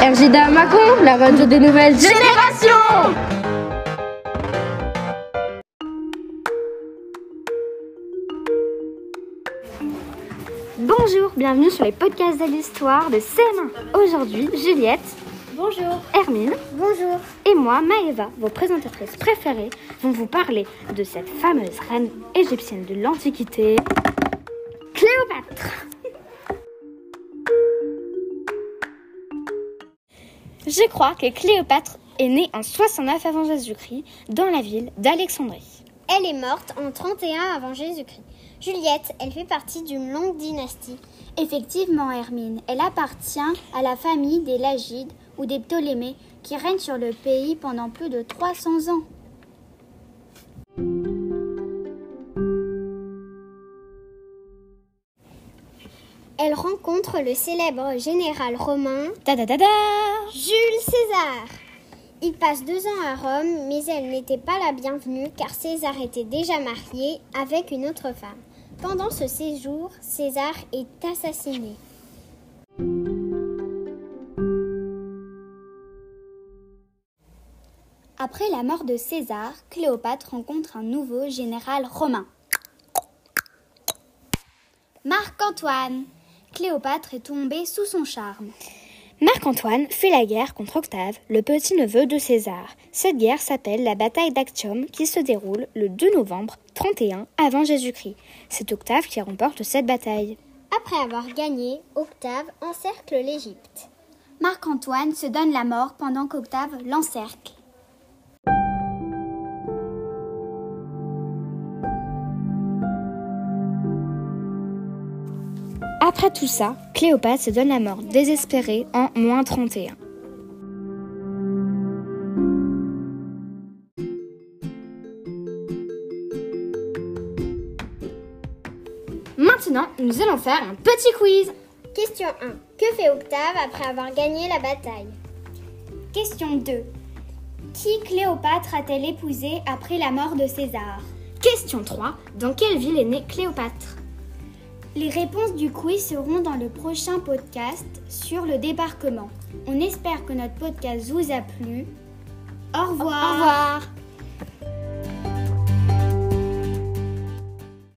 RJDA Macon, la radio des nouvelles générations. Bonjour, bienvenue sur les podcasts de l'histoire de CM1. Aujourd'hui, Juliette, bonjour, Hermine, bonjour, et moi, Maëva, vos présentatrices préférées, vont vous parler de cette fameuse reine égyptienne de l'Antiquité, Cléopâtre. Je crois que Cléopâtre est née en 69 avant Jésus-Christ dans la ville d'Alexandrie. Elle est morte en 31 avant Jésus-Christ. Juliette, elle fait partie d'une longue dynastie. Effectivement, Hermine, elle appartient à la famille des Lagides ou des Ptolémées qui règnent sur le pays pendant plus de 300 ans. Elle rencontre le célèbre général romain Jules César. Ils passent 2 ans à Rome, mais elle n'était pas la bienvenue car César était déjà marié avec une autre femme. Pendant ce séjour, César est assassiné. Après la mort de César, Cléopâtre rencontre un nouveau général romain, Marc-Antoine. Cléopâtre est tombée sous son charme. Marc-Antoine fait la guerre contre Octave, le petit-neveu de César. Cette guerre s'appelle la bataille d'Actium qui se déroule le 2 novembre 31 avant Jésus-Christ. C'est Octave qui remporte cette bataille. Après avoir gagné, Octave encercle l'Égypte. Marc-Antoine se donne la mort pendant qu'Octave l'encercle. Après tout ça, Cléopâtre se donne la mort désespérée en moins 31. Maintenant, nous allons faire un petit quiz. Question 1. Que fait Octave après avoir gagné la bataille? Question 2. Qui Cléopâtre a-t-elle épousé après la mort de César? Question 3. Dans quelle ville est née Cléopâtre? Les réponses du quiz seront dans le prochain podcast sur le débarquement. On espère que notre podcast vous a plu. Au revoir. Au revoir.